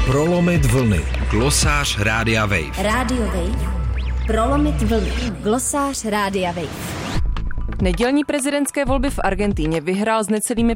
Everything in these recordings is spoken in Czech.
Prolomit vlny. Glosář Rádia Wave. Rádio Wave. Prolomit vlny. Glosář Rádia Wave. Nedělní prezidentské volby v Argentíně vyhrál s necelými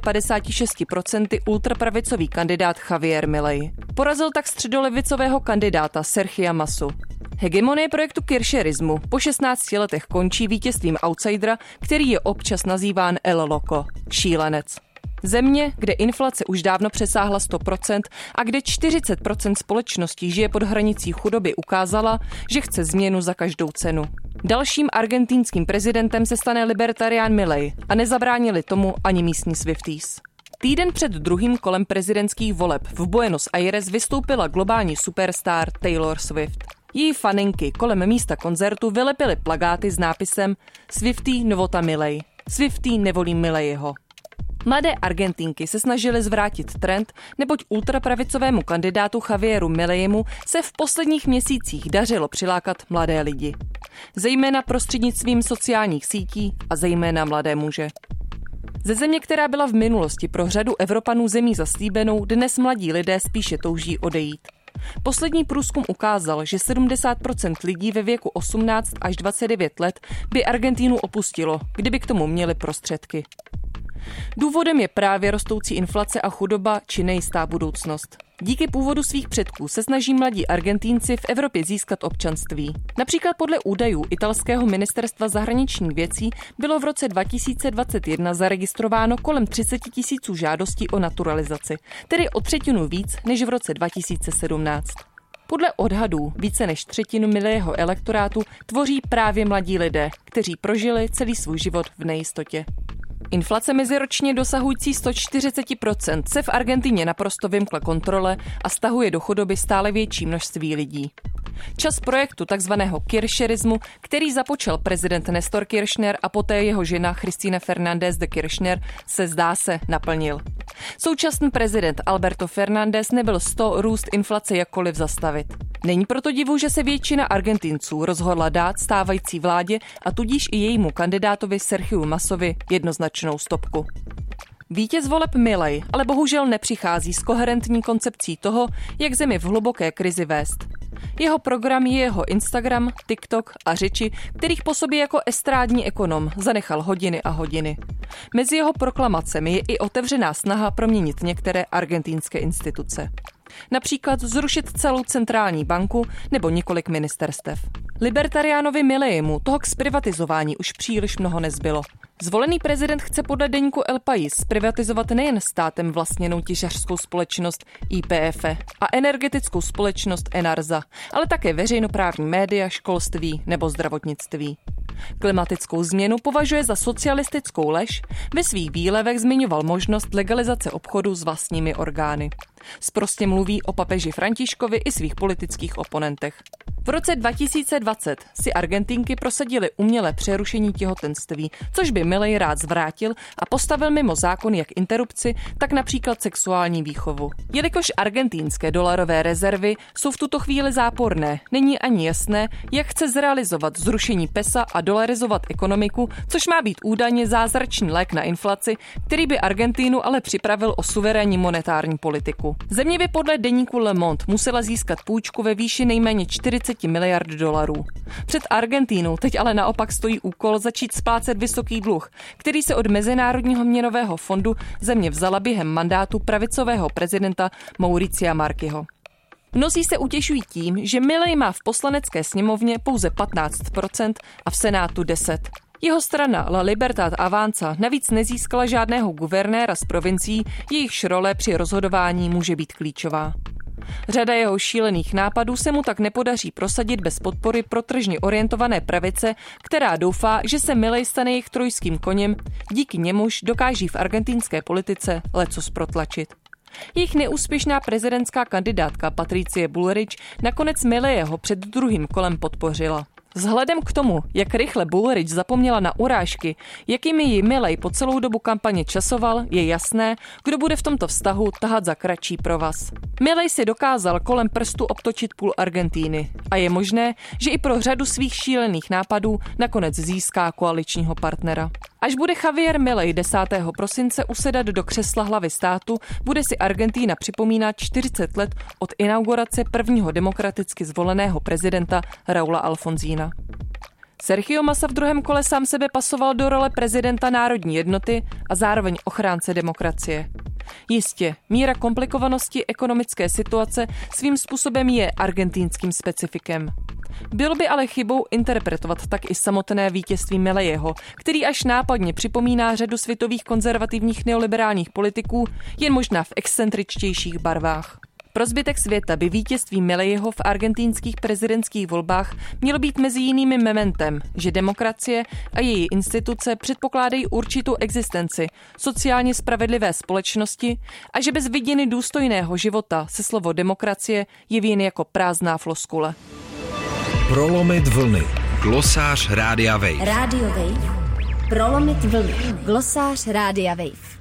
56% ultrapravicový kandidát Javier Milei. Porazil tak středolevicového kandidáta Sergia Massu. Hegemonie projektu kirchnerismu po 16 letech končí vítězstvím outsidera, který je občas nazýván El Loco, šílenec. Země, kde inflace už dávno přesáhla 100% a kde 40% společnosti žije pod hranicí chudoby, ukázala, že chce změnu za každou cenu. Dalším argentinským prezidentem se stane libertarián Milei a nezabránili tomu ani místní Swifties. Týden před druhým kolem prezidentských voleb v Buenos Aires vystoupila globální superstar Taylor Swift. Její faninky kolem místa koncertu vylepily plakáty s nápisem Swiftie novota Milei. Swiftie nevolí Mileiho. Mladé Argentinky se snažily zvrátit trend, neboť ultrapravicovému kandidátu Javieru Mileimu se v posledních měsících dařilo přilákat mladé lidi. Zejména prostřednictvím sociálních sítí a zejména mladé muže. Ze země, která byla v minulosti pro řadu Evropanů zemí zaslíbenou, dnes mladí lidé spíše touží odejít. Poslední průzkum ukázal, že 70% lidí ve věku 18 až 29 let by Argentínu opustilo, kdyby k tomu měli prostředky. Důvodem je právě rostoucí inflace a chudoba či nejistá budoucnost. Díky původu svých předků se snaží mladí Argentínci v Evropě získat občanství. Například podle údajů italského ministerstva zahraničních věcí bylo v roce 2021 zaregistrováno kolem 30 000 žádostí o naturalizaci, tedy o třetinu víc než v roce 2017. Podle odhadů více než třetinu Mileiho elektorátu tvoří právě mladí lidé, kteří prožili celý svůj život v nejistotě. Inflace meziročně dosahující 140% se v Argentině naprosto vymkla kontrole a stahuje do chudoby stále větší množství lidí. Čas projektu takzvaného kirchnerismu, který započal prezident Néstor Kirchner a poté jeho žena Cristina Fernández de Kirchner, se zdá se naplnil. Současný prezident Alberto Fernández nebyl z toho růst inflace jakkoliv zastavit. Není proto divu, že se většina Argentinců rozhodla dát stávající vládě a tudíž i jejímu kandidátovi Sergiu Massovi jednoznačnou stopku. Vítěz voleb Milei ale bohužel nepřichází s koherentní koncepcí toho, jak zemi v hluboké krizi vést. Jeho program je jeho Instagram, TikTok a řeči, kterých po sobě jako estrádní ekonom zanechal hodiny a hodiny. Mezi jeho proklamacemi je i otevřená snaha proměnit některé argentinské instituce. Například zrušit celou centrální banku nebo několik ministerstev. Libertariánovi Mileimu toho k zprivatizování už příliš mnoho nezbylo. Zvolený prezident chce podle deníku El País zprivatizovat nejen státem vlastněnou těžařskou společnost YPF a energetickou společnost Enarsa, ale také veřejnoprávní média, školství nebo zdravotnictví. Klimatickou změnu považuje za socialistickou lež, ve svých výlevech zmiňoval možnost legalizace obchodu s vlastními orgány. Sprostě mluví o papeži Františkovi i svých politických oponentech. V roce 2020 si Argentinky prosadily umělé přerušení těhotenství, což by Milei rád zvrátil a postavil mimo zákon jak interrupci, tak například sexuální výchovu. Jelikož argentinské dolarové rezervy jsou v tuto chvíli záporné, není ani jasné, jak chce zrealizovat zrušení pesa a dolarizovat ekonomiku, což má být údajně zázračný lék na inflaci, který by Argentínu ale připravil o suverénní monetární politiku. Země by podle deníku Le Monde musela získat půjčku ve výši nejméně 40 miliard dolarů. Před Argentínou teď ale naopak stojí úkol začít splácet vysoký dluh, který se od Mezinárodního měnového fondu země vzala během mandátu pravicového prezidenta Mauricia Marquiho. Mnozí se utěšují tím, že Milei má v poslanecké sněmovně pouze 15% a v Senátu 10%. Jeho strana La Libertad Avanza navíc nezískala žádného guvernéra z provincií, jejichž role při rozhodování může být klíčová. Řada jeho šílených nápadů se mu tak nepodaří prosadit bez podpory protržně orientované pravice, která doufá, že se Milei stane jejich trojským koněm, díky němuž dokáží v argentinské politice lecos protlačit. Jejich neúspěšná prezidentská kandidátka Patricie Bullrich nakonec Mileiho před druhým kolem podpořila. Vzhledem k tomu, jak rychle Bullrich zapomněla na urážky, jakými ji Milei po celou dobu kampaně časoval, je jasné, kdo bude v tomto vztahu tahat za kratší provaz. Milei si dokázal kolem prstu obtočit půl Argentíny a je možné, že i pro řadu svých šílených nápadů nakonec získá koaličního partnera. Až bude Javier Milei 10. prosince usedat do křesla hlavy státu, bude si Argentína připomínat 40 let od inaugurace prvního demokraticky zvoleného prezidenta Raula Alfonsína. Sergio Massa v druhém kole sám sebe pasoval do role prezidenta národní jednoty a zároveň ochránce demokracie. Jistě, míra komplikovanosti ekonomické situace svým způsobem je argentínským specifikem. Bylo by ale chybou interpretovat tak i samotné vítězství Mileiho, který až nápadně připomíná řadu světových konzervativních neoliberálních politiků, jen možná v excentričtějších barvách. Pro zbytek světa by vítězství Mileiho v argentinských prezidentských volbách mělo být mezi jinými mementem, že demokracie a její instituce předpokládají určitou existenci sociálně spravedlivé společnosti a že bez vidiny důstojného života se slovo demokracie jeví jen jako prázdná floskule. Prolomit vlny. Glosář Rádia Wave. Rádio Wave. Prolomit vlny. Glosář Rádia Wave.